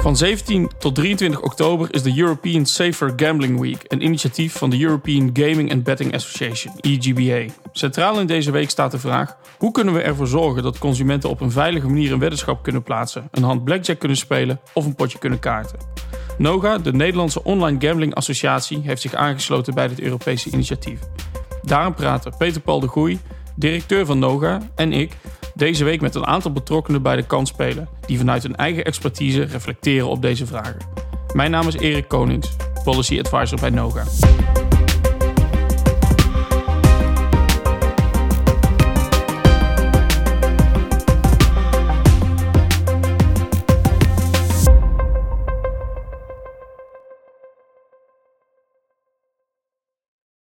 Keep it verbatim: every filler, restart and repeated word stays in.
Van zeventien tot drieëntwintig oktober is de European Safer Gambling Week, een initiatief van de European Gaming and Betting Association, E G B A. Centraal in deze week staat de vraag: hoe kunnen we ervoor zorgen dat consumenten op een veilige manier een weddenschap kunnen plaatsen, een hand blackjack kunnen spelen of een potje kunnen kaarten? NOGA, de Nederlandse Online Gambling Associatie, heeft zich aangesloten bij dit Europese initiatief. Daarom praten Peter Paul de Goey, directeur van NOGA, en ik deze week met een aantal betrokkenen bij de kansspelen, die vanuit hun eigen expertise reflecteren op deze vragen. Mijn naam is Erik Konings, Policy Advisor bij NOGA.